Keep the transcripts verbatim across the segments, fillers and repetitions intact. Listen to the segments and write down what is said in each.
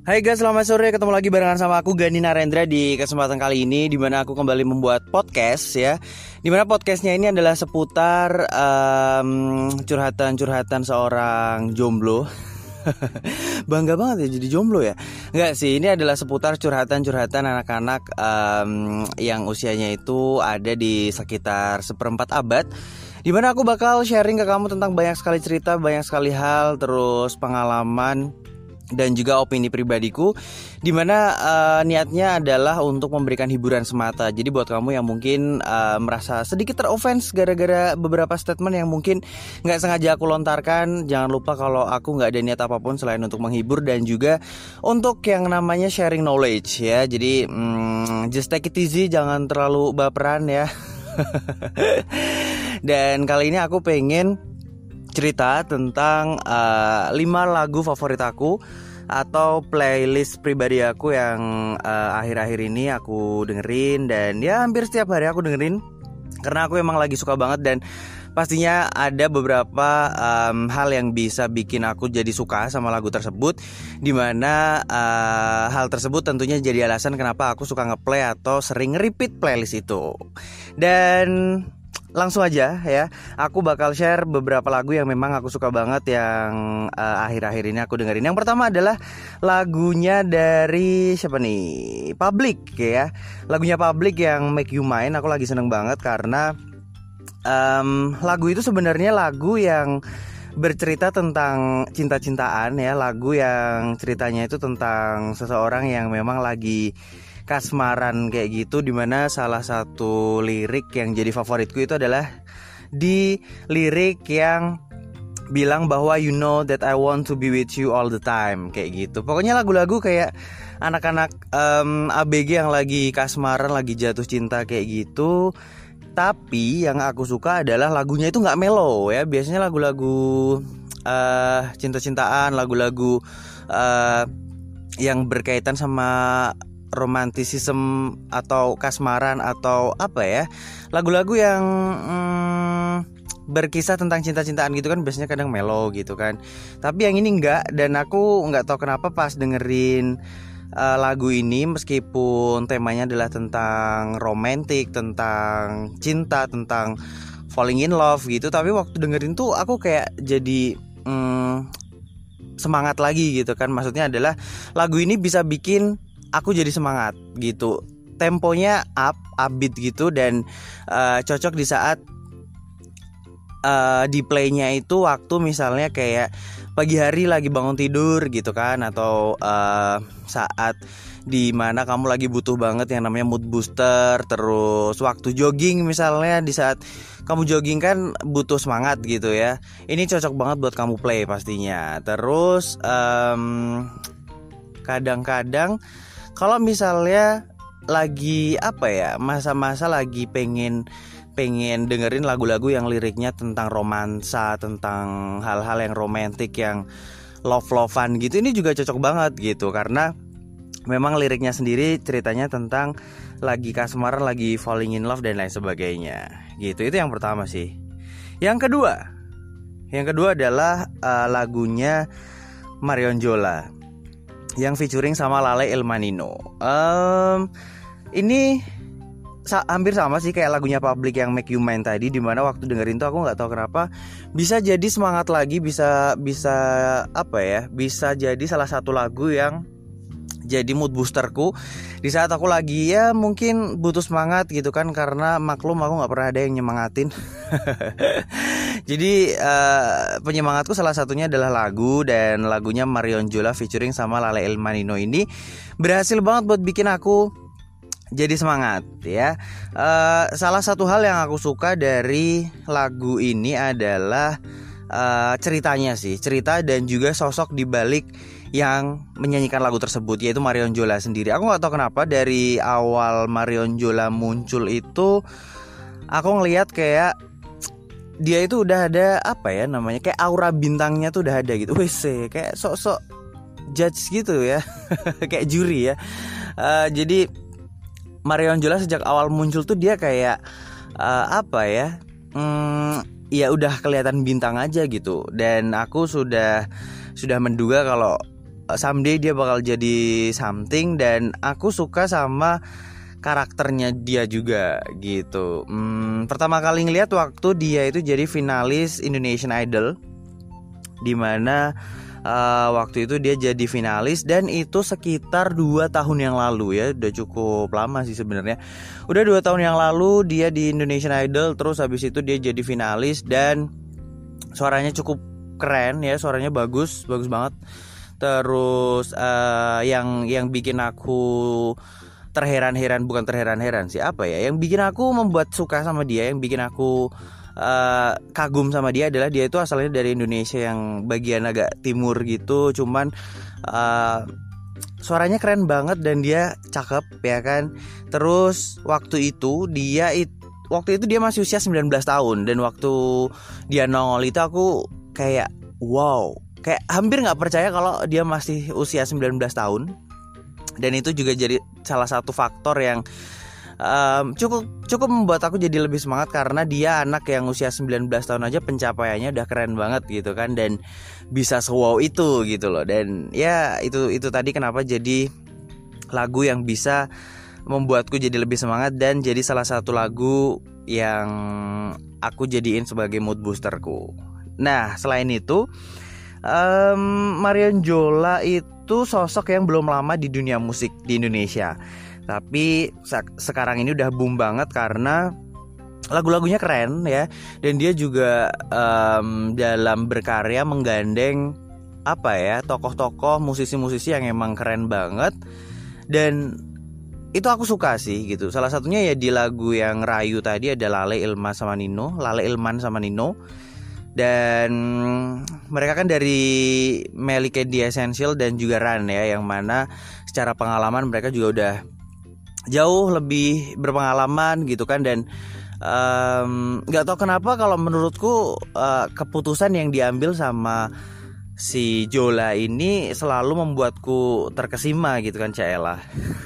Hai guys, selamat sore. Ketemu lagi barengan sama aku Gani Narendra di kesempatan kali ini, di mana aku kembali membuat podcast ya. Di mana podcastnya ini adalah seputar um, curhatan-curhatan seorang jomblo. Bangga banget ya jadi jomblo ya. Enggak sih, ini adalah seputar curhatan-curhatan anak-anak um, yang usianya itu ada di sekitar seperempat abad, di mana aku bakal sharing ke kamu tentang banyak sekali cerita, banyak sekali hal, terus pengalaman dan juga opini pribadiku, dimana uh, niatnya adalah untuk memberikan hiburan semata. Jadi buat kamu yang mungkin uh, merasa sedikit teroffense gara-gara beberapa statement yang mungkin gak sengaja aku lontarkan, jangan lupa kalau aku gak ada niat apapun selain untuk menghibur dan juga untuk yang namanya sharing knowledge ya. Jadi hmm, just take it easy, jangan terlalu baperan ya. Dan kali ini aku pengen cerita tentang uh, lima lagu favorit aku atau playlist pribadi aku yang uh, akhir-akhir ini aku dengerin, dan ya hampir setiap hari aku dengerin karena aku emang lagi suka banget, dan pastinya ada beberapa um, hal yang bisa bikin aku jadi suka sama lagu tersebut, dimana uh, hal tersebut tentunya jadi alasan kenapa aku suka ngeplay atau sering repeat playlist itu. Dan langsung aja ya, aku bakal share beberapa lagu yang memang aku suka banget yang uh, akhir-akhir ini aku dengerin. Yang pertama adalah lagunya dari siapa nih? Public ya. Lagunya Public yang Make You Mine. Aku lagi seneng banget karena um, lagu itu sebenarnya lagu yang bercerita tentang cinta-cintaan ya. Lagu yang ceritanya itu tentang seseorang yang memang lagi kasmaran kayak gitu, dimana salah satu lirik yang jadi favoritku itu adalah di lirik yang bilang bahwa you know that I want to be with you all the time, kayak gitu. Pokoknya lagu-lagu kayak anak-anak um, A B G yang lagi kasmaran, lagi jatuh cinta kayak gitu. Tapi yang aku suka adalah lagunya itu gak mellow ya. Biasanya lagu-lagu uh, cinta-cintaan, lagu-lagu uh, yang berkaitan sama romantisisme atau kasmaran atau apa ya, lagu-lagu yang hmm, berkisah tentang cinta-cintaan gitu kan biasanya kadang mellow gitu kan. Tapi yang ini enggak, dan aku enggak tahu kenapa pas dengerin uh, lagu ini, meskipun temanya adalah tentang romantik, tentang cinta, tentang falling in love gitu, tapi waktu dengerin tuh aku kayak jadi hmm, semangat lagi gitu kan. Maksudnya adalah lagu ini bisa bikin aku jadi semangat gitu. Temponya up, upbeat gitu, dan uh, cocok di saat uh, di playnya itu waktu misalnya kayak pagi hari lagi bangun tidur gitu kan, atau uh, saat dimana kamu lagi butuh banget yang namanya mood booster. Terus waktu jogging misalnya, di saat kamu jogging kan butuh semangat gitu ya, ini cocok banget buat kamu play pastinya. Terus um, kadang-kadang kalau misalnya lagi apa ya, masa-masa lagi pengen pengen dengerin lagu-lagu yang liriknya tentang romansa, tentang hal-hal yang romantik, yang love-lovean gitu, ini juga cocok banget gitu. Karena memang liriknya sendiri ceritanya tentang lagi kasmaran, lagi falling in love dan lain sebagainya gitu. Itu yang pertama sih. Yang kedua, yang kedua adalah uh, lagunya Marion Jola yang featuring sama Lale Ilmanino. Um, ini sa- hampir sama sih kayak lagunya Public yang Make You Mine tadi, dimana waktu dengerin tuh aku nggak tahu kenapa bisa jadi semangat lagi, bisa bisa apa ya, bisa jadi salah satu lagu yang jadi mood boosterku di saat aku lagi ya mungkin butuh semangat gitu kan, karena maklum aku nggak pernah ada yang nyemangatin. Jadi uh, penyemangatku salah satunya adalah lagu, dan lagunya Marion Jola featuring sama Lale Ilmanino ini berhasil banget buat bikin aku jadi semangat ya. Uh, salah satu hal yang aku suka dari lagu ini adalah uh, ceritanya sih, cerita dan juga sosok di balik yang menyanyikan lagu tersebut, yaitu Marion Jola sendiri. Aku gak tahu kenapa dari awal Marion Jola muncul itu aku ngelihat kayak dia itu udah ada apa ya namanya, kayak aura bintangnya tuh udah ada gitu. Wes kayak sok-sok judge gitu ya. Kayak juri ya. uh, Jadi Marion Jola sejak awal muncul tuh dia kayak uh, apa ya, hmm, ya udah kelihatan bintang aja gitu. Dan aku sudah sudah menduga kalau someday dia bakal jadi something, dan aku suka sama karakternya dia juga gitu. Hmm, pertama kali ngeliat waktu dia itu jadi finalis Indonesian Idol, dimana uh, waktu itu dia jadi finalis, dan itu sekitar dua tahun yang lalu ya. Udah cukup lama sih sebenarnya. Udah dua tahun yang lalu dia di Indonesian Idol, terus habis itu dia jadi finalis, dan suaranya cukup keren ya, suaranya bagus, bagus banget. Terus uh, yang yang bikin aku terheran-heran, bukan terheran-heran sih, apa ya, yang bikin aku membuat suka sama dia, yang bikin aku uh, kagum sama dia adalah dia itu asalnya dari Indonesia yang bagian agak timur gitu, cuman uh, suaranya keren banget dan dia cakep ya kan. Terus waktu itu dia it, waktu itu dia masih usia sembilan belas tahun, dan waktu dia nongol itu aku kayak wow, kayak hampir nggak percaya kalau dia masih usia sembilan belas tahun. Dan itu juga jadi salah satu faktor yang um, cukup cukup membuat aku jadi lebih semangat, karena dia anak yang usia sembilan belas tahun aja pencapaiannya udah keren banget gitu kan, dan bisa se-wow itu gitu loh. Dan ya itu itu tadi kenapa jadi lagu yang bisa membuatku jadi lebih semangat, dan jadi salah satu lagu yang aku jadiin sebagai mood boosterku. Nah, selain itu um, Marion Jola itu itu sosok yang belum lama di dunia musik di Indonesia, tapi sekarang ini udah boom banget karena lagu-lagunya keren ya, dan dia juga um, dalam berkarya menggandeng apa ya, tokoh-tokoh musisi-musisi yang emang keren banget, dan itu aku suka sih gitu. Salah satunya ya di lagu yang Rayu tadi ada Lale Ilma sama Nino, Lale Ilman sama Nino. Dan mereka kan dari Melike The Essential dan juga Ran ya, yang mana secara pengalaman mereka juga udah jauh lebih berpengalaman gitu kan. Dan um, gak tahu kenapa kalau menurutku uh, keputusan yang diambil sama si Jola ini selalu membuatku terkesima gitu kan, Caela.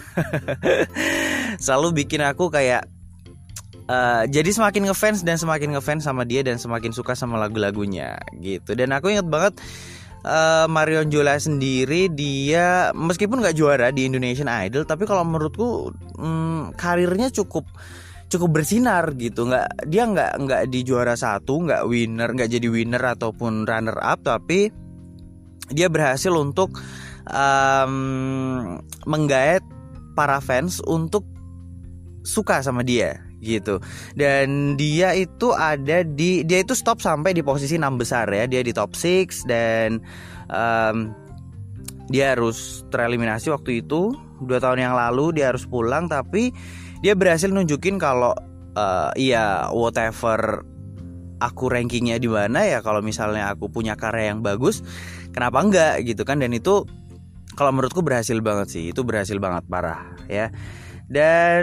Selalu bikin aku kayak Uh, jadi semakin ngefans dan semakin ngefans sama dia, dan semakin suka sama lagu-lagunya gitu. Dan aku ingat banget uh, Marion Jola sendiri, dia meskipun gak juara di Indonesian Idol, tapi kalau menurutku um, karirnya cukup cukup bersinar gitu. Nggak, dia nggak nggak di juara satu, nggak winner, nggak jadi winner ataupun runner up, tapi dia berhasil untuk um, menggait para fans untuk suka sama dia gitu. Dan dia itu ada di dia itu stop sampai di posisi enam besar ya. Dia di top enam, dan um, dia harus tereliminasi waktu itu dua tahun yang lalu. Dia harus pulang, tapi dia berhasil nunjukin kalau uh, iya whatever aku rankingnya di mana ya, kalau misalnya aku punya karya yang bagus, kenapa enggak gitu kan. Dan itu kalau menurutku berhasil banget sih. Itu berhasil banget parah ya. Dan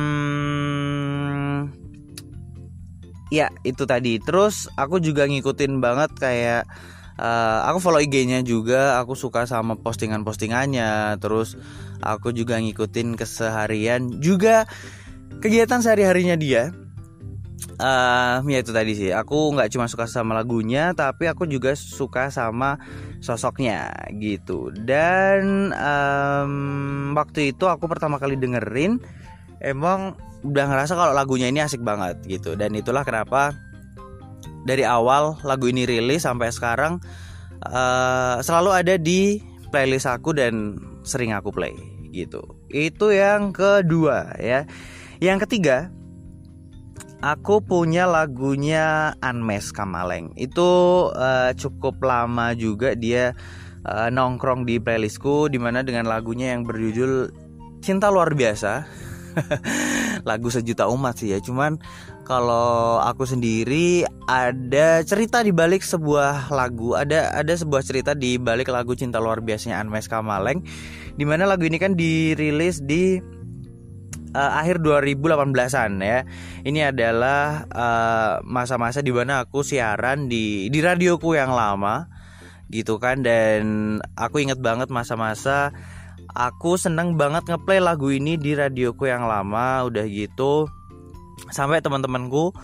hmm, ya itu tadi. Terus aku juga ngikutin banget kayak uh, aku follow I G-nya juga, aku suka sama postingan-postingannya. Terus aku juga ngikutin keseharian juga, kegiatan sehari-harinya dia. Uh, ya itu tadi sih, aku nggak cuma suka sama lagunya, tapi aku juga suka sama sosoknya gitu. Dan um, waktu itu aku pertama kali dengerin, emang udah ngerasa kalau lagunya ini asik banget gitu. Dan itulah kenapa dari awal lagu ini rilis sampai sekarang uh, selalu ada di playlist aku dan sering aku play gitu. Itu yang kedua ya. Yang ketiga, aku punya lagunya Unmesh Kamaleng. Itu uh, cukup lama juga dia uh, nongkrong di playlistku, dimana dengan lagunya yang berjudul Cinta Luar Biasa. Lagu sejuta umat sih ya. Cuman kalau aku sendiri ada cerita di balik sebuah lagu, ada ada sebuah cerita di balik lagu Cinta Luar Biasanya Unmesh Kamaleng, dimana lagu ini kan dirilis di Uh, akhir dua ribu delapan belasan ya. Ini adalah uh, masa-masa di mana aku siaran di di radioku yang lama gitu kan. Dan aku inget banget masa-masa aku seneng banget ngeplay lagu ini di radioku yang lama. Udah gitu sampai teman-temanku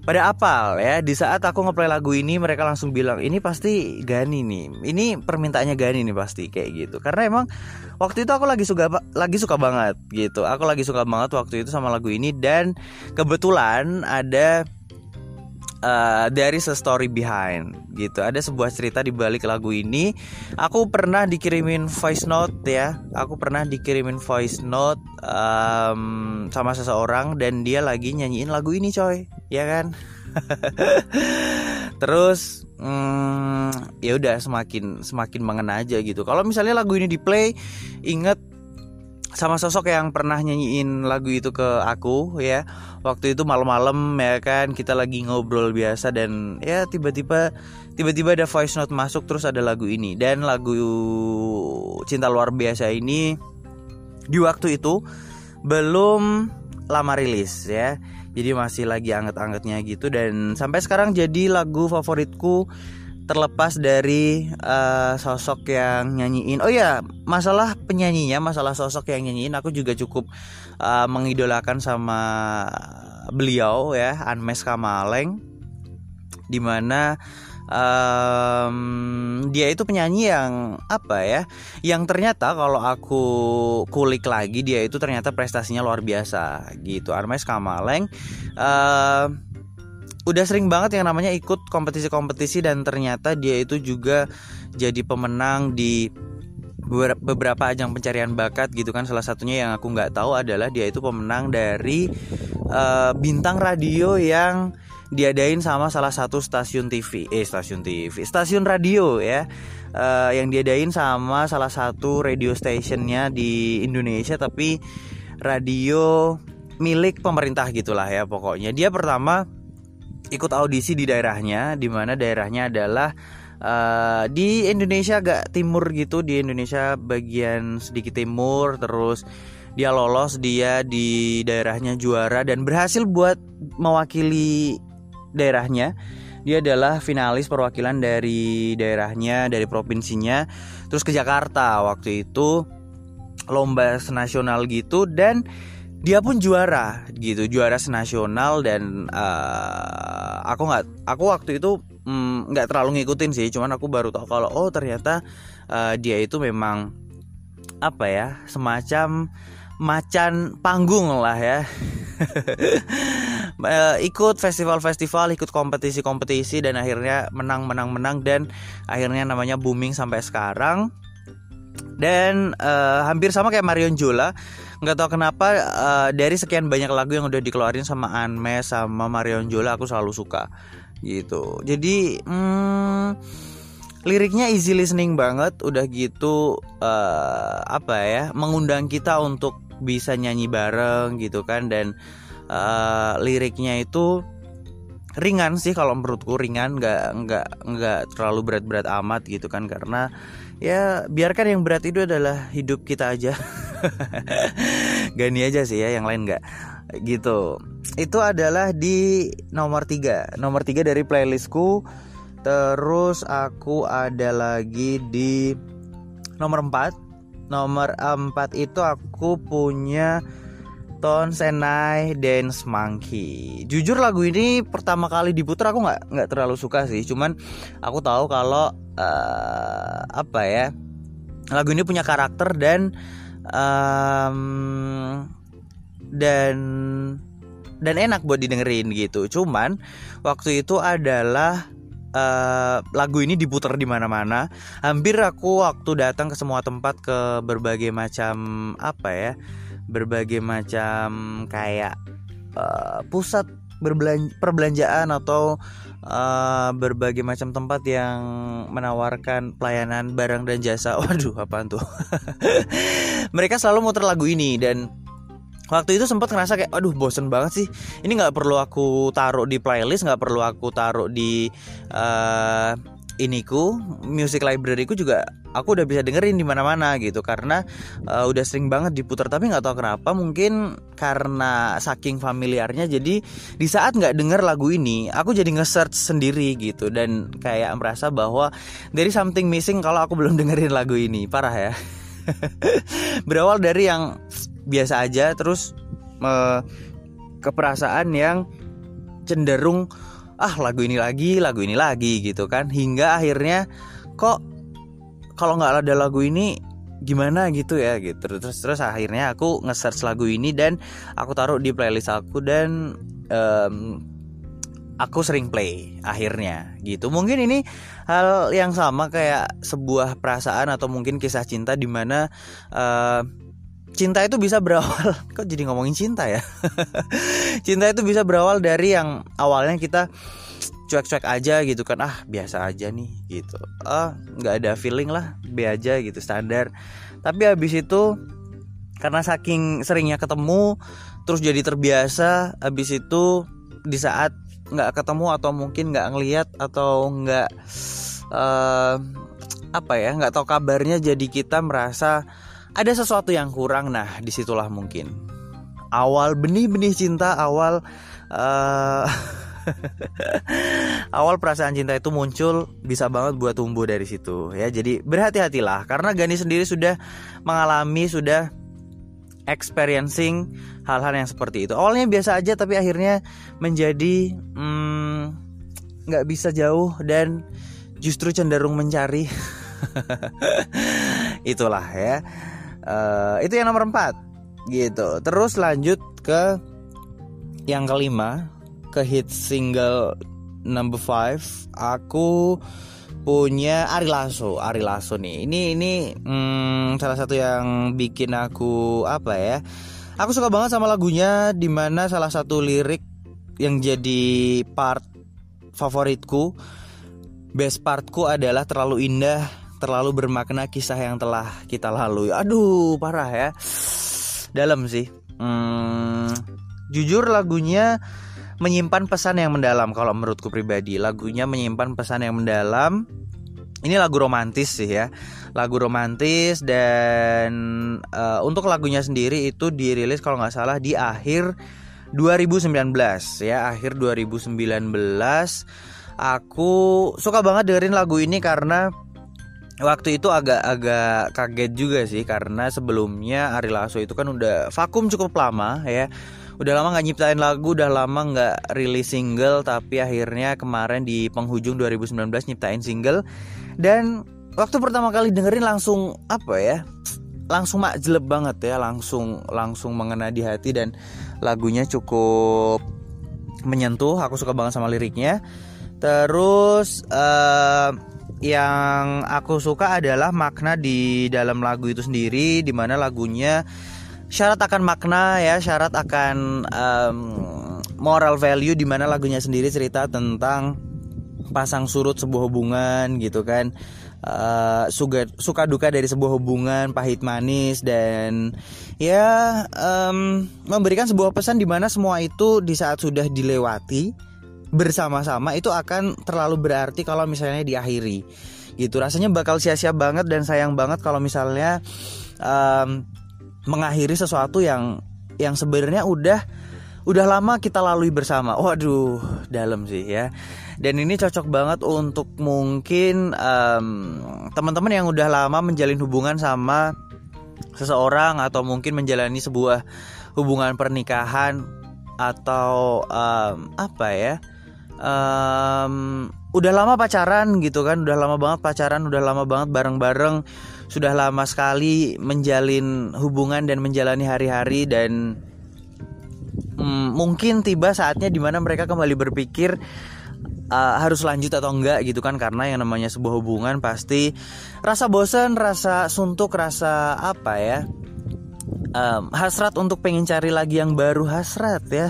pada apal ya. Di saat aku ngeplay lagu ini, mereka langsung bilang ini pasti Gani nih, ini permintaannya Gani nih pasti, kayak gitu. Karena emang waktu itu aku lagi suka lagi suka banget gitu. Aku lagi suka banget waktu itu sama lagu ini. Dan kebetulan ada Uh, there is a story behind gitu. Ada sebuah cerita di balik lagu ini. Aku pernah dikirimin voice note ya. Aku pernah dikirimin voice note um, sama seseorang dan dia lagi nyanyiin lagu ini, coy. Ya kan? Terus hmm, ya udah semakin semakin mengena aja gitu. Kalau misalnya lagu ini di play, inget sama sosok yang pernah nyanyiin lagu itu ke aku ya. Waktu itu malam-malam ya kan, kita lagi ngobrol biasa dan ya tiba-tiba tiba-tiba ada voice note masuk, terus ada lagu ini. Dan lagu Cinta Luar Biasa ini di waktu itu belum lama rilis ya. Jadi masih lagi anget-angetnya gitu. Dan sampai sekarang jadi lagu favoritku, terlepas dari uh, sosok yang nyanyiin. Oh ya, masalah penyanyinya, masalah sosok yang nyanyiin, aku juga cukup uh, mengidolakan sama beliau ya, Anmes Kamaleng. Dimana um, dia itu penyanyi yang apa ya, yang ternyata kalau aku kulik lagi, dia itu ternyata prestasinya luar biasa gitu. Anmes Kamaleng uh, udah sering banget yang namanya ikut kompetisi-kompetisi, dan ternyata dia itu juga jadi pemenang di beberapa ajang pencarian bakat gitu kan. Salah satunya yang aku nggak tahu adalah dia itu pemenang dari uh, bintang radio yang diadain sama salah satu stasiun T V, eh stasiun T V, stasiun radio ya, uh, yang diadain sama salah satu radio stationnya di Indonesia, tapi radio milik pemerintah gitulah ya. Pokoknya dia pertama ikut audisi di daerahnya, di mana daerahnya adalah uh, di Indonesia agak timur gitu, di Indonesia bagian sedikit timur. Terus dia lolos, dia di daerahnya juara dan berhasil buat mewakili daerahnya. Dia adalah finalis perwakilan dari daerahnya, dari provinsinya, terus ke Jakarta waktu itu lomba senasional gitu, dan dia pun juara gitu, juara senasional. Dan uh, aku nggak, aku waktu itu nggak mm, terlalu ngikutin sih, cuman aku baru tahu kalau oh ternyata uh, dia itu memang apa ya, semacam macan panggung lah ya. uh, ikut festival-festival, ikut kompetisi-kompetisi, dan akhirnya menang-menang-menang, dan akhirnya namanya booming sampai sekarang. Dan uh, hampir sama kayak Marion Jola, nggak tahu kenapa uh, dari sekian banyak lagu yang udah dikeluarin sama Anmes sama Marion Jola, aku selalu suka gitu. Jadi hmm, liriknya easy listening banget, udah gitu uh, apa ya, mengundang kita untuk bisa nyanyi bareng gitu kan. Dan uh, liriknya itu ringan sih kalau menurutku, ringan, nggak nggak nggak terlalu berat-berat amat gitu kan. Karena ya biarkan yang berat itu adalah hidup kita aja. Gani aja sih ya, yang lain nggak gitu. Itu adalah di nomor tiga, nomor tiga dari playlistku. Terus aku ada lagi di nomor empat. Nomor empat itu aku punya Tones and I Dance Monkey. Jujur lagu ini pertama kali diputar aku nggak nggak terlalu suka sih. Cuman aku tahu kalau uh, apa ya, lagu ini punya karakter dan um, dan dan enak buat didengerin gitu. Cuman waktu itu adalah Uh, lagu ini diputar di mana-mana. Hampir aku waktu datang ke semua tempat, ke berbagai macam apa ya, berbagai macam kayak uh, pusat berbelanja, perbelanjaan atau uh, berbagai macam tempat yang menawarkan pelayanan barang dan jasa. Waduh, apaan tuh? Mereka selalu muter lagu ini, dan waktu itu sempat ngerasa kayak aduh bosen banget sih. Ini gak perlu aku taruh di playlist, gak perlu aku taruh di uh, iniku, music library ku juga aku udah bisa dengerin di mana-mana gitu. Karena uh, udah sering banget diputar. Tapi gak tahu kenapa, mungkin karena saking familiarnya, jadi di saat gak denger lagu ini aku jadi nge-search sendiri gitu. Dan kayak merasa bahwa there is something missing kalau aku belum dengerin lagu ini. Parah ya. Berawal dari yang biasa aja, terus uh, keperasaan yang cenderung ah lagu ini lagi, lagu ini lagi gitu kan, hingga akhirnya kok kalau nggak ada lagu ini gimana gitu ya gitu. Terus terus akhirnya aku nge-search lagu ini dan aku taruh di playlist aku dan um, aku sering play akhirnya gitu. Mungkin ini hal yang sama kayak sebuah perasaan atau mungkin kisah cinta di mana uh, cinta itu bisa berawal kok jadi ngomongin cinta ya. Cinta itu bisa berawal dari yang awalnya kita cuek-cuek aja gitu kan, ah biasa aja nih gitu, ah nggak ada feeling lah, be aja gitu, standar. Tapi habis itu karena saking seringnya ketemu terus jadi terbiasa, habis itu di saat nggak ketemu atau mungkin nggak ngelihat atau nggak uh, apa ya nggak tahu kabarnya, jadi kita merasa ada sesuatu yang kurang. Nah disitulah mungkin awal benih-benih cinta, awal uh, awal perasaan cinta itu muncul, bisa banget buat tumbuh dari situ ya. Jadi berhati-hatilah karena Gani sendiri sudah mengalami, sudah experiencing hal-hal yang seperti itu. Awalnya biasa aja tapi akhirnya menjadi nggak hmm, bisa jauh dan justru cenderung mencari. Itulah ya. Uh, itu yang nomor empat gitu. Terus lanjut ke yang kelima, ke hit single number five. Aku punya Ari Lasso, Ari Lasso nih. Ini ini hmm, salah satu yang bikin aku apa ya? Aku suka banget sama lagunya, dimana salah satu lirik yang jadi part favoritku, best partku adalah terlalu indah, terlalu bermakna kisah yang telah kita lalui. Aduh, parah ya. Dalam sih. Hmm, jujur lagunya menyimpan pesan yang mendalam kalau menurutku pribadi. Lagunya menyimpan pesan yang mendalam. Ini lagu romantis sih ya. Lagu romantis dan uh, untuk lagunya sendiri itu dirilis kalau nggak salah di akhir dua ribu sembilan belas ya, akhir dua ribu sembilan belas. Aku suka banget dengerin lagu ini karena waktu itu agak-agak kaget juga sih, karena sebelumnya Ari Lasso itu kan udah vakum cukup lama ya. Udah lama gak nyiptain lagu, udah lama gak rilis single. Tapi akhirnya kemarin di penghujung dua ribu sembilan belas nyiptain single. Dan waktu pertama kali dengerin langsung apa ya, langsung makjeleb banget ya, langsung langsung mengena di hati. Dan lagunya cukup menyentuh, aku suka banget sama liriknya. Terus uh, yang aku suka adalah makna di dalam lagu itu sendiri, dimana lagunya syarat akan makna ya, syarat akan um, moral value, dimana lagunya sendiri cerita tentang pasang surut sebuah hubungan gitu kan, uh, suka, suka duka dari sebuah hubungan, pahit manis, dan ya um, memberikan sebuah pesan dimana semua itu di saat sudah dilewati bersama-sama itu akan terlalu berarti kalau misalnya diakhiri gitu. Rasanya bakal sia-sia banget dan sayang banget kalau misalnya um, mengakhiri sesuatu yang yang sebenarnya udah udah lama kita lalui bersama. Waduh, dalam sih ya. Dan ini cocok banget untuk mungkin um, teman-teman yang udah lama menjalin hubungan sama seseorang, atau mungkin menjalani sebuah hubungan pernikahan, atau um, apa ya, um, udah lama pacaran gitu kan, udah lama banget pacaran, udah lama banget bareng-bareng, sudah lama sekali menjalin hubungan dan menjalani hari-hari, dan mm, mungkin tiba saatnya dimana mereka kembali berpikir uh, harus lanjut atau enggak gitu kan. Karena yang namanya sebuah hubungan pasti rasa bosan, rasa suntuk, rasa apa ya, um, hasrat untuk pengen cari lagi yang baru, hasrat ya.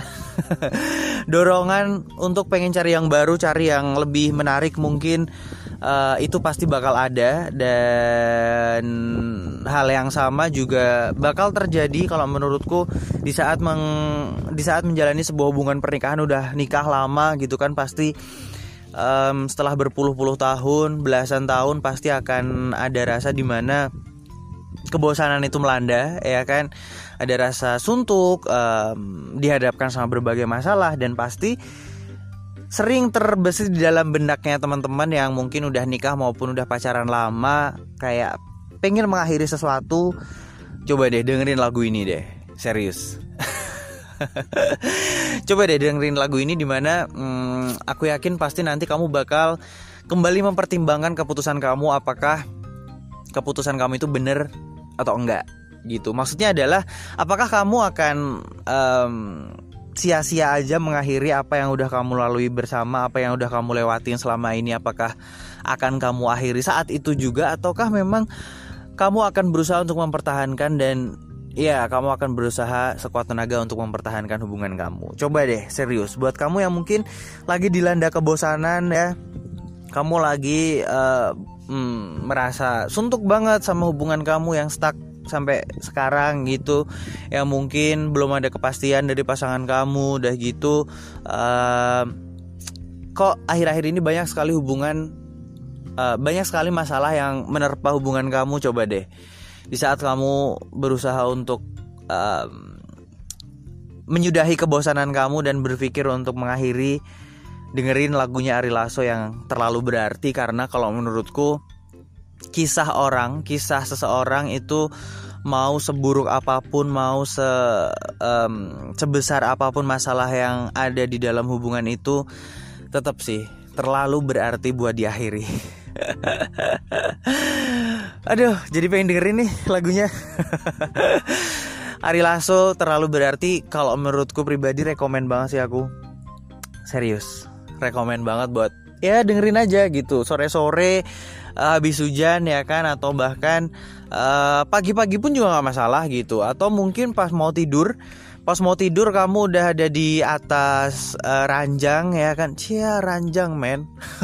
Dorongan untuk pengen cari yang baru, cari yang lebih menarik mungkin. Uh, itu pasti bakal ada, dan hal yang sama juga bakal terjadi kalau menurutku di saat meng, di saat menjalani sebuah hubungan pernikahan, udah nikah lama gitu kan, pasti um, setelah berpuluh-puluh tahun, belasan tahun, pasti akan ada rasa dimana kebosanan itu melanda ya kan, ada rasa suntuk, um, dihadapkan sama berbagai masalah, dan pasti sering terbesit di dalam benaknya teman-teman yang mungkin udah nikah maupun udah pacaran lama, kayak pengen mengakhiri sesuatu. Coba deh dengerin lagu ini deh, serius. Coba deh dengerin lagu ini, dimana hmm, aku yakin pasti nanti kamu bakal kembali mempertimbangkan keputusan kamu, apakah keputusan kamu itu benar atau enggak gitu. Maksudnya adalah apakah kamu akan um, sia-sia aja mengakhiri apa yang udah kamu lalui bersama, apa yang udah kamu lewatin selama ini, apakah akan kamu akhiri saat itu juga, ataukah memang kamu akan berusaha untuk mempertahankan dan ya kamu akan berusaha sekuat tenaga untuk mempertahankan hubungan kamu. Coba deh serius, buat kamu yang mungkin lagi dilanda kebosanan ya, kamu lagi uh, hmm, merasa suntuk banget sama hubungan kamu yang stuck sampai sekarang gitu, yang mungkin belum ada kepastian dari pasangan kamu, udah gitu uh, kok akhir-akhir ini banyak sekali hubungan uh, banyak sekali masalah yang menerpa hubungan kamu. Coba deh di saat kamu berusaha untuk uh, menyudahi kebosanan kamu dan berpikir untuk mengakhiri, dengerin lagunya Ari Lasso yang Terlalu Berarti. Karena kalau menurutku kisah orang, kisah seseorang itu mau seburuk apapun, mau se um, sebesar apapun masalah yang ada di dalam hubungan itu, tetap sih terlalu berarti buat diakhiri. Aduh, jadi pengen dengerin nih lagunya. Ari Lasso Terlalu Berarti, kalau menurutku pribadi rekomen banget sih aku. Serius, rekomen banget buat ya dengerin aja gitu sore-sore uh, habis hujan ya kan, atau bahkan uh, pagi-pagi pun juga gak masalah gitu. Atau mungkin pas mau tidur, pas mau tidur kamu udah ada di atas uh, ranjang ya kan. Cia, ranjang men.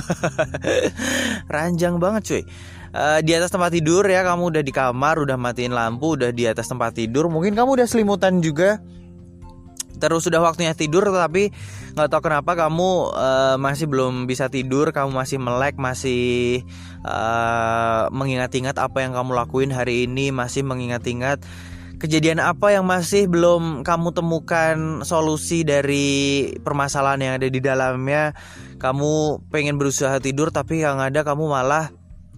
Ranjang banget cuy. uh, Di atas tempat tidur ya, kamu udah di kamar, udah matiin lampu, udah di atas tempat tidur. Mungkin kamu udah selimutan juga, terus sudah waktunya tidur, tapi nggak tahu kenapa kamu uh, masih belum bisa tidur, kamu masih melek, masih uh, mengingat-ingat apa yang kamu lakuin hari ini, masih mengingat-ingat kejadian apa yang masih belum kamu temukan solusi dari permasalahan yang ada di dalamnya. Kamu pengen berusaha tidur, tapi yang ada kamu malah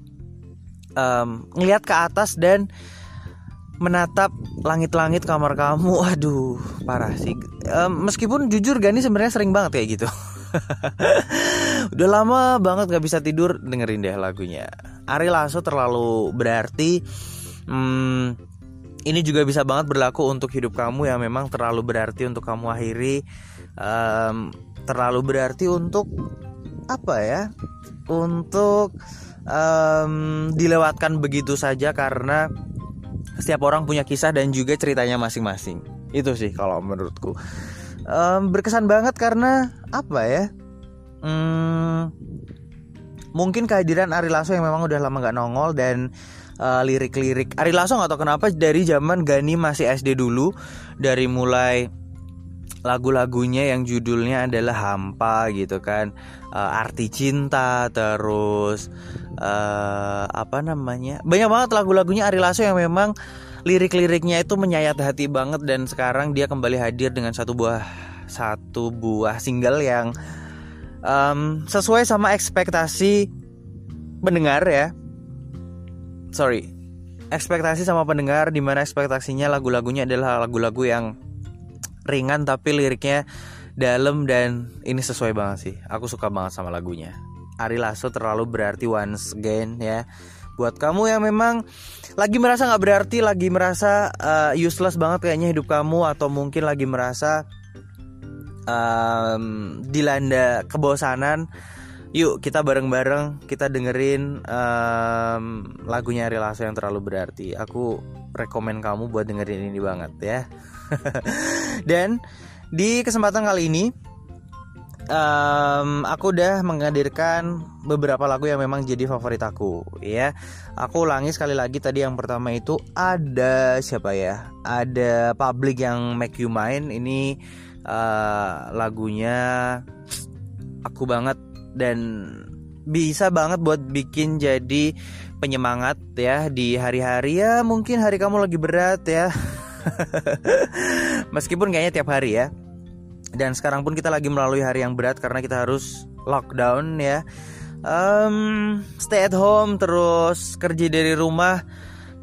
um, ngelihat ke atas dan menatap langit-langit kamar kamu. Aduh, parah sih. um, Meskipun jujur Gani sebenarnya sering banget kayak gitu. Udah lama banget gak bisa tidur, dengerin deh lagunya Ari Lasso Terlalu Berarti. hmm, Ini juga bisa banget berlaku untuk hidup kamu yang memang terlalu berarti untuk kamu akhiri. um, Terlalu berarti untuk apa ya, untuk um, dilewatkan begitu saja, karena setiap orang punya kisah dan juga ceritanya masing-masing. Itu sih kalau menurutku um, berkesan banget karena apa ya, hmm, mungkin kehadiran Ari Lasso yang memang udah lama gak nongol. Dan uh, lirik-lirik Ari Lasso gak tahu kenapa dari zaman Gani masih S D dulu, dari mulai lagu-lagunya yang judulnya adalah Hampa gitu kan, uh, Arti Cinta, terus uh, apa namanya, banyak banget lagu-lagunya Ari Lasso yang memang lirik-liriknya itu menyayat hati banget. Dan sekarang dia kembali hadir dengan satu buah satu buah single yang um, sesuai sama ekspektasi pendengar ya. Sorry, ekspektasi sama pendengar, dimana ekspektasinya lagu-lagunya adalah lagu-lagu yang ringan tapi liriknya dalam, dan ini sesuai banget sih. Aku suka banget sama lagunya Ari Lasso Terlalu Berarti once again ya. Buat kamu yang memang lagi merasa gak berarti, lagi merasa uh, useless banget kayaknya hidup kamu, atau mungkin lagi merasa um, dilanda kebosanan, yuk kita bareng-bareng kita dengerin um, lagunya Ari Lasso yang Terlalu Berarti. Aku rekomen kamu buat dengerin ini banget ya. Dan di kesempatan kali ini um, aku udah menghadirkan beberapa lagu yang memang jadi favorit aku ya. Aku ulangi sekali lagi, tadi yang pertama itu ada siapa ya, ada Public yang Make You Mine. Ini uh, lagunya aku banget dan bisa banget buat bikin jadi penyemangat ya di hari-hari ya, mungkin hari kamu lagi berat ya. Meskipun kayaknya tiap hari ya. Dan sekarang pun kita lagi melalui hari yang berat karena kita harus lockdown ya, um, stay at home, terus kerja dari rumah.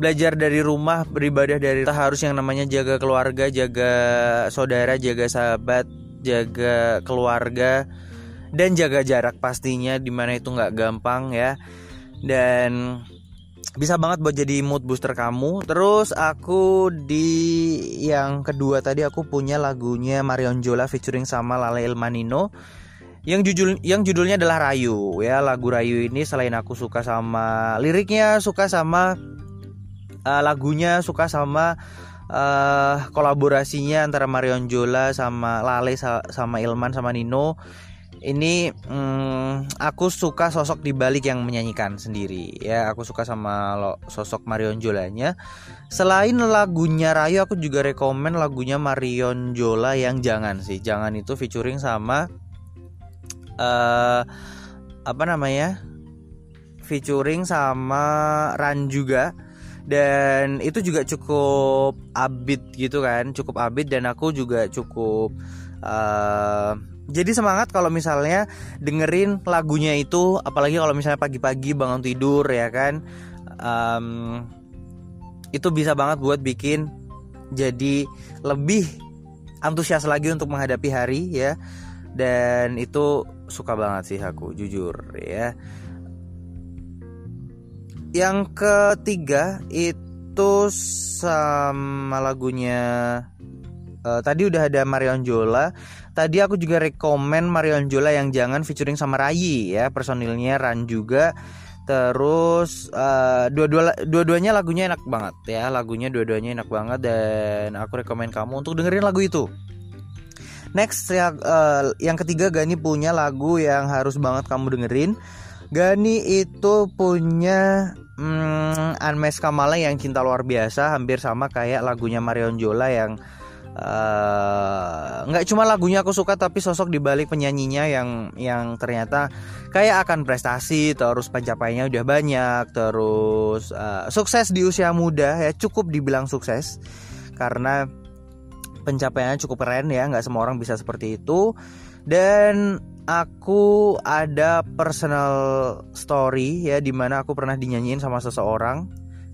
belajar dari rumah, beribadah dari kita harus yang namanya jaga keluarga, jaga saudara, jaga sahabat, jaga keluarga, dan jaga jarak pastinya, dimana itu nggak gampang ya. Dan bisa banget buat jadi mood booster kamu. Terus aku di yang kedua tadi aku punya lagunya Marion Jola featuring sama Lale Ilmanino yang judul yang judulnya adalah Rayu ya. Lagu Rayu ini selain aku suka sama liriknya, suka sama uh, lagunya, suka sama uh, kolaborasinya antara Marion Jola sama Lale sama Ilman sama Nino. Ini hmm, aku suka sosok di balik yang menyanyikan sendiri ya. Aku suka sama lo, sosok Marion Jolanya. Selain lagunya Rayu, aku juga rekomen lagunya Marion Jola yang Jangan sih. Jangan itu featuring sama uh, apa namanya? Featuring sama Ran juga. Dan itu juga cukup upbeat gitu kan, cukup upbeat, dan aku juga cukup uh, jadi semangat kalau misalnya dengerin lagunya itu, apalagi kalau misalnya pagi-pagi bangun tidur ya kan. um, Itu bisa banget buat bikin jadi lebih antusias lagi untuk menghadapi hari ya. Dan itu suka banget sih aku, jujur ya. Yang ketiga itu sama lagunya uh, tadi udah ada Marion Jola. Tadi aku juga rekomen Marion Jola yang Jangan featuring sama Rayi ya, personilnya Ran juga. Terus uh, dua-dua dua-duanya lagunya enak banget ya, lagunya dua-duanya enak banget, dan aku rekomen kamu untuk dengerin lagu itu. Next ya, uh, yang ketiga Gani punya lagu yang harus banget kamu dengerin. Gani itu punya hmm, Unmesh Kamala yang Cinta Luar Biasa, hampir sama kayak lagunya Marion Jola yang nggak uh, cuma lagunya aku suka, tapi sosok dibalik penyanyinya yang yang ternyata kayak akan prestasi, terus pencapaiannya udah banyak, terus uh, sukses di usia muda ya, cukup dibilang sukses karena pencapaiannya cukup keren ya, nggak semua orang bisa seperti itu. Dan aku ada personal story ya, dimana aku pernah dinyanyiin sama seseorang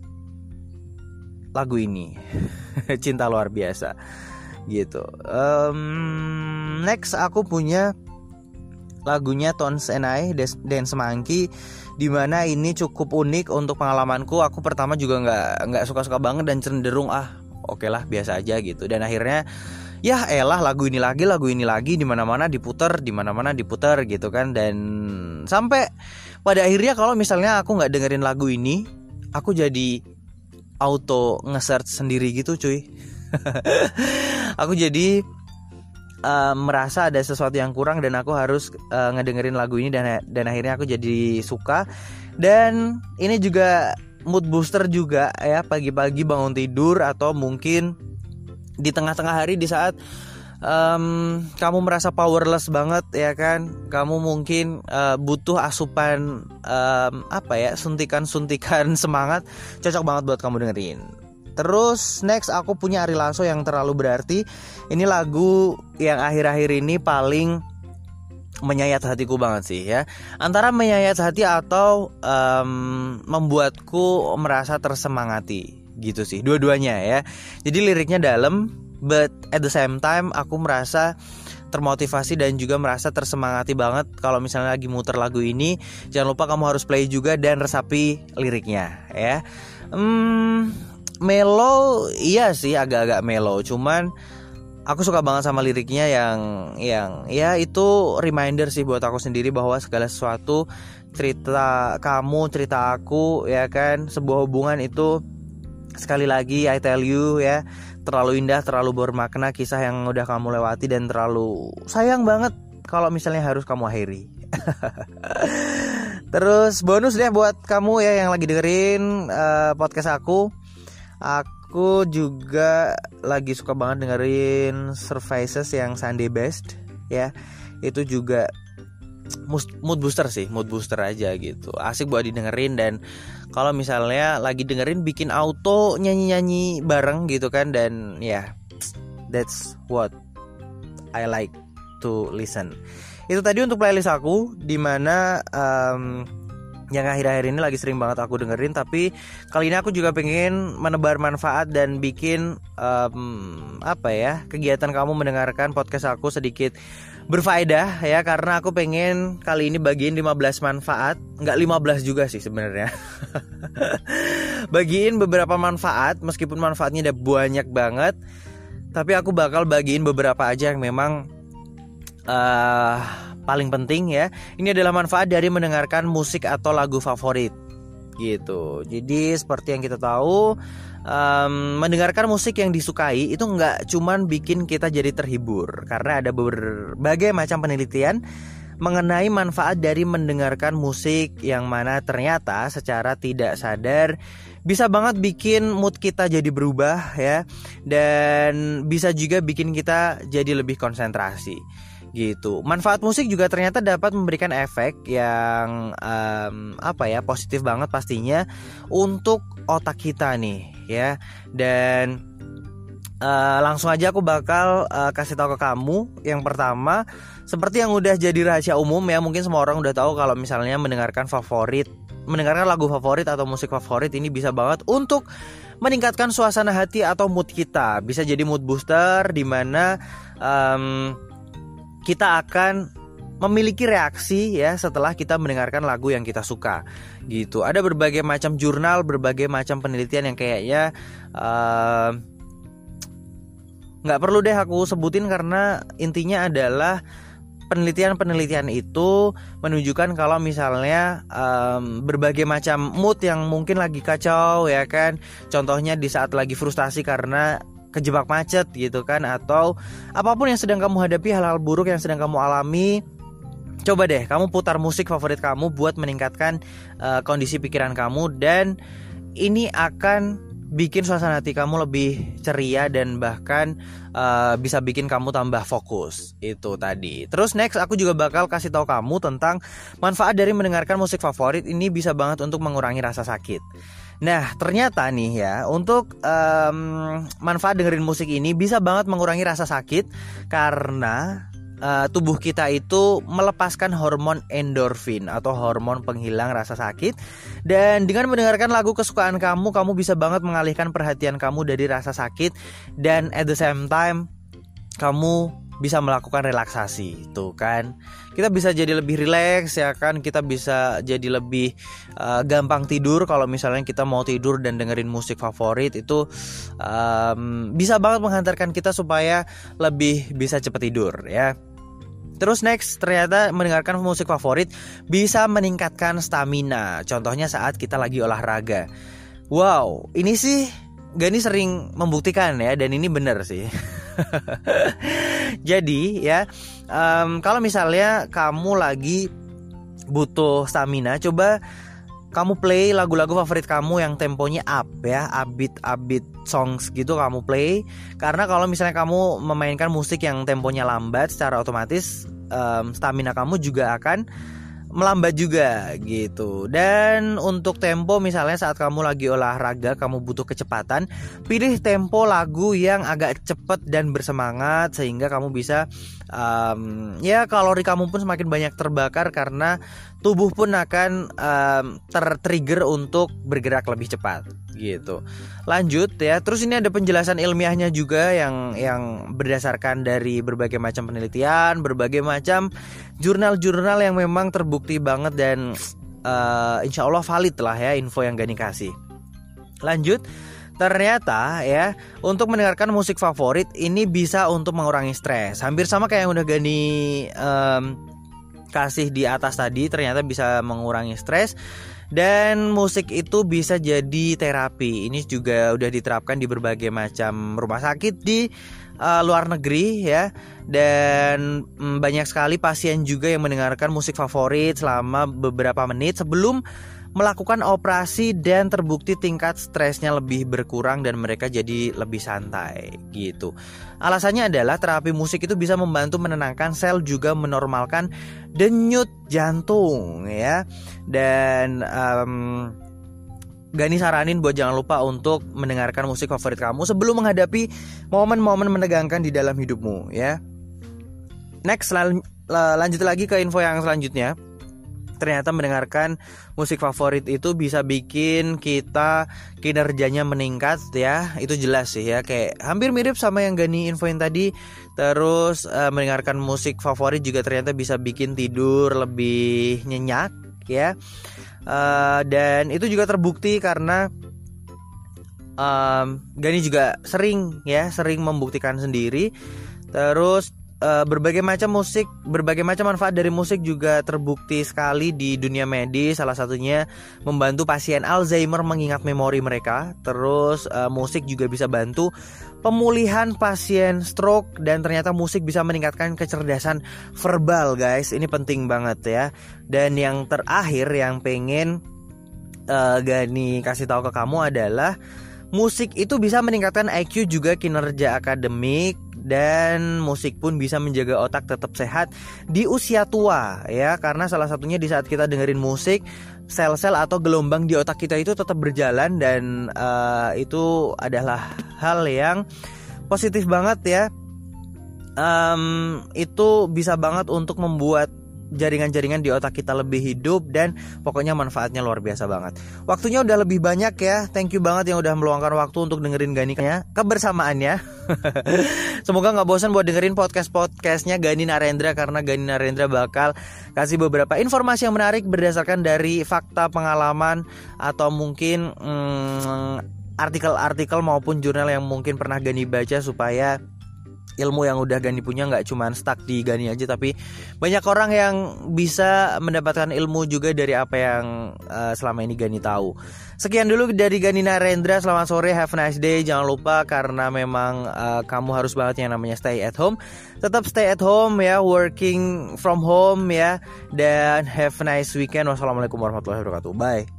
lagu ini Cinta Luar Biasa gitu. um, Next aku punya lagunya Tones and I, Dance Monkey, dimana ini cukup unik untuk pengalamanku. Aku pertama juga nggak nggak suka-suka banget dan cenderung ah oke okay lah biasa aja gitu. Dan akhirnya ya elah lagu ini lagi lagu ini lagi di mana-mana diputer di mana-mana diputer gitu kan. Dan sampai pada akhirnya kalau misalnya aku nggak dengerin lagu ini, aku jadi auto nge-search sendiri gitu cuy. Aku jadi uh, merasa ada sesuatu yang kurang dan aku harus uh, ngedengerin lagu ini, dan dan akhirnya aku jadi suka. Dan ini juga mood booster juga ya, pagi-pagi bangun tidur atau mungkin di tengah-tengah hari di saat um, kamu merasa powerless banget ya kan. Kamu mungkin uh, butuh asupan um, apa ya, suntikan-suntikan semangat, cocok banget buat kamu dengerin. Terus next aku punya Ari Lasso yang Terlalu Berarti. Ini lagu yang akhir-akhir ini paling menyayat hatiku banget sih ya. Antara menyayat hati atau um, membuatku merasa tersemangati gitu sih, dua-duanya ya. Jadi liriknya dalam, but at the same time aku merasa termotivasi dan juga merasa tersemangati banget. Kalau misalnya lagi muter lagu ini, jangan lupa kamu harus play juga dan resapi liriknya ya. Hmm, mellow, iya sih agak-agak mellow, cuman aku suka banget sama liriknya yang yang ya itu reminder sih buat aku sendiri bahwa segala sesuatu, cerita kamu, cerita aku ya kan, sebuah hubungan itu sekali lagi I tell you ya, terlalu indah, terlalu bermakna kisah yang udah kamu lewati, dan terlalu sayang banget kalau misalnya harus kamu akhiri. Terus bonus deh buat kamu ya yang lagi dengerin uh, podcast aku. Aku juga lagi suka banget dengerin Services yang Sunday Best ya. Itu juga mood booster sih, mood booster aja gitu. Asik buat didengerin, dan kalau misalnya lagi dengerin bikin auto nyanyi-nyanyi bareng gitu kan. Dan ya yeah, that's what I like to listen. Itu tadi untuk playlist aku, dimana um, yang akhir-akhir ini lagi sering banget aku dengerin. Tapi kali ini aku juga pengen menebar manfaat dan bikin um, apa ya, kegiatan kamu mendengarkan podcast aku sedikit berfaedah ya, karena aku pengen kali ini bagiin lima belas manfaat. Enggak lima belas juga sih sebenarnya. Bagiin beberapa manfaat, meskipun manfaatnya udah banyak banget, tapi aku bakal bagiin beberapa aja yang memang uh, paling penting ya. Ini adalah manfaat dari mendengarkan musik atau lagu favorit gitu. Jadi seperti yang kita tahu, um, mendengarkan musik yang disukai itu nggak cuman bikin kita jadi terhibur, karena ada berbagai macam penelitian mengenai manfaat dari mendengarkan musik yang mana ternyata secara tidak sadar bisa banget bikin mood kita jadi berubah ya, dan bisa juga bikin kita jadi lebih konsentrasi gitu. Manfaat musik juga ternyata dapat memberikan efek yang um, apa ya, positif banget pastinya untuk otak kita nih ya. Dan uh, langsung aja aku bakal uh, kasih tahu ke kamu. Yang pertama, seperti yang udah jadi rahasia umum ya, mungkin semua orang udah tahu kalau misalnya mendengarkan favorit, mendengarkan lagu favorit atau musik favorit ini bisa banget untuk meningkatkan suasana hati atau mood kita. Bisa jadi mood booster, dimana um, kita akan memiliki reaksi ya setelah kita mendengarkan lagu yang kita suka gitu. Ada berbagai macam jurnal, berbagai macam penelitian yang kayaknya uh, nggak perlu deh aku sebutin, karena intinya adalah penelitian-penelitian itu menunjukkan kalau misalnya um, berbagai macam mood yang mungkin lagi kacau ya kan. Contohnya di saat lagi frustasi karena kejebak macet gitu kan, atau apapun yang sedang kamu hadapi, hal-hal buruk yang sedang kamu alami, coba deh kamu putar musik favorit kamu buat meningkatkan uh, kondisi pikiran kamu, dan ini akan bikin suasana hati kamu lebih ceria dan bahkan uh, bisa bikin kamu tambah fokus. Itu tadi. Terus next aku juga bakal kasih tahu kamu tentang manfaat dari mendengarkan musik favorit. Ini bisa banget untuk mengurangi rasa sakit. Nah ternyata nih ya, untuk um, manfaat dengerin musik ini bisa banget mengurangi rasa sakit, karena uh, tubuh kita itu melepaskan hormon endorfin atau hormon penghilang rasa sakit. Dan dengan mendengarkan lagu kesukaan kamu, kamu bisa banget mengalihkan perhatian kamu dari rasa sakit, dan at the same time kamu bisa melakukan relaksasi. Tuh kan, kita bisa jadi lebih rileks ya kan. Kita bisa jadi lebih uh, gampang tidur kalau misalnya kita mau tidur dan dengerin musik favorit. Itu um, bisa banget menghantarkan kita supaya lebih bisa cepat tidur ya. Terus next, ternyata mendengarkan musik favorit bisa meningkatkan stamina. Contohnya saat kita lagi olahraga. Wow, ini sih Gani sering membuktikan ya, dan ini benar sih. Jadi ya, um, kalau misalnya kamu lagi butuh stamina, coba kamu play lagu-lagu favorit kamu yang temponya up ya, upbeat-upbeat songs gitu kamu play. Karena kalau misalnya kamu memainkan musik yang temponya lambat, secara otomatis um, stamina kamu juga akan melambat juga gitu. Dan untuk tempo, misalnya saat kamu lagi olahraga, kamu butuh kecepatan, pilih tempo lagu yang agak cepat dan bersemangat, sehingga kamu bisa um, ya kalori kamu pun semakin banyak terbakar, karena tubuh pun akan um, ter-trigger untuk bergerak lebih cepat gitu. Lanjut ya. Terus ini ada penjelasan ilmiahnya juga yang yang berdasarkan dari berbagai macam penelitian, berbagai macam jurnal-jurnal yang memang terbukti banget, dan uh, insya Allah valid lah ya info yang Gani kasih. Lanjut. Ternyata ya, untuk mendengarkan musik favorit ini bisa untuk mengurangi stres. Hampir sama kayak yang udah Gani um, kasih di atas tadi, ternyata bisa mengurangi stres. Dan musik itu bisa jadi terapi. Ini juga udah diterapkan di berbagai macam rumah sakit di uh, luar negeri ya. Dan mm, banyak sekali pasien juga yang mendengarkan musik favorit selama beberapa menit sebelum melakukan operasi, dan terbukti tingkat stresnya lebih berkurang dan mereka jadi lebih santai gitu. Alasannya adalah terapi musik itu bisa membantu menenangkan sel, juga menormalkan denyut jantung ya. Dan um, Gani saranin buat jangan lupa untuk mendengarkan musik favorit kamu sebelum menghadapi momen-momen menegangkan di dalam hidupmu ya. Next, lan- lanjut lagi ke info yang selanjutnya. ternyata mendengarkan musik favorit itu bisa bikin kita kinerjanya meningkat ya. Itu jelas sih ya, kayak hampir mirip sama yang Gani infoin tadi. Terus uh, mendengarkan musik favorit juga ternyata bisa bikin tidur lebih nyenyak ya. uh, Dan itu juga terbukti karena um, Gani juga sering ya Sering membuktikan sendiri. Terus Uh, berbagai macam musik, berbagai macam manfaat dari musik juga terbukti sekali di dunia medis. Salah satunya membantu pasien Alzheimer mengingat memori mereka. Terus uh, musik juga bisa bantu pemulihan pasien stroke. Dan ternyata musik bisa meningkatkan kecerdasan verbal, guys. Ini penting banget ya. Dan yang terakhir yang pengen uh, Gani kasih tahu ke kamu adalah musik itu bisa meningkatkan I Q juga kinerja akademik. Dan musik pun bisa menjaga otak tetap sehat di usia tua ya. Karena salah satunya di saat kita dengerin musik, sel-sel atau gelombang di otak kita itu tetap berjalan. Dan uh, itu adalah hal yang positif banget ya. um, Itu bisa banget untuk membuat jaringan-jaringan di otak kita lebih hidup. Dan pokoknya manfaatnya luar biasa banget. Waktunya udah lebih banyak ya. Thank you banget yang udah meluangkan waktu untuk dengerin Gani ya, kebersamaannya. Semoga gak bosan buat dengerin podcast-podcastnya Gani Narendra. Karena Gani Narendra bakal kasih beberapa informasi yang menarik berdasarkan dari fakta, pengalaman, atau mungkin hmm, artikel-artikel maupun jurnal yang mungkin pernah Gani baca. Supaya ilmu yang udah Gani punya gak cuma stuck di Gani aja, tapi banyak orang yang bisa mendapatkan ilmu juga dari apa yang uh, selama ini Gani tahu. Sekian dulu dari Gani Narendra. Selamat sore, have a nice day. Jangan lupa karena memang uh, kamu harus banget yang namanya stay at home. Tetap stay at home ya, working from home ya. Dan have a nice weekend. Wassalamualaikum warahmatullahi wabarakatuh. Bye.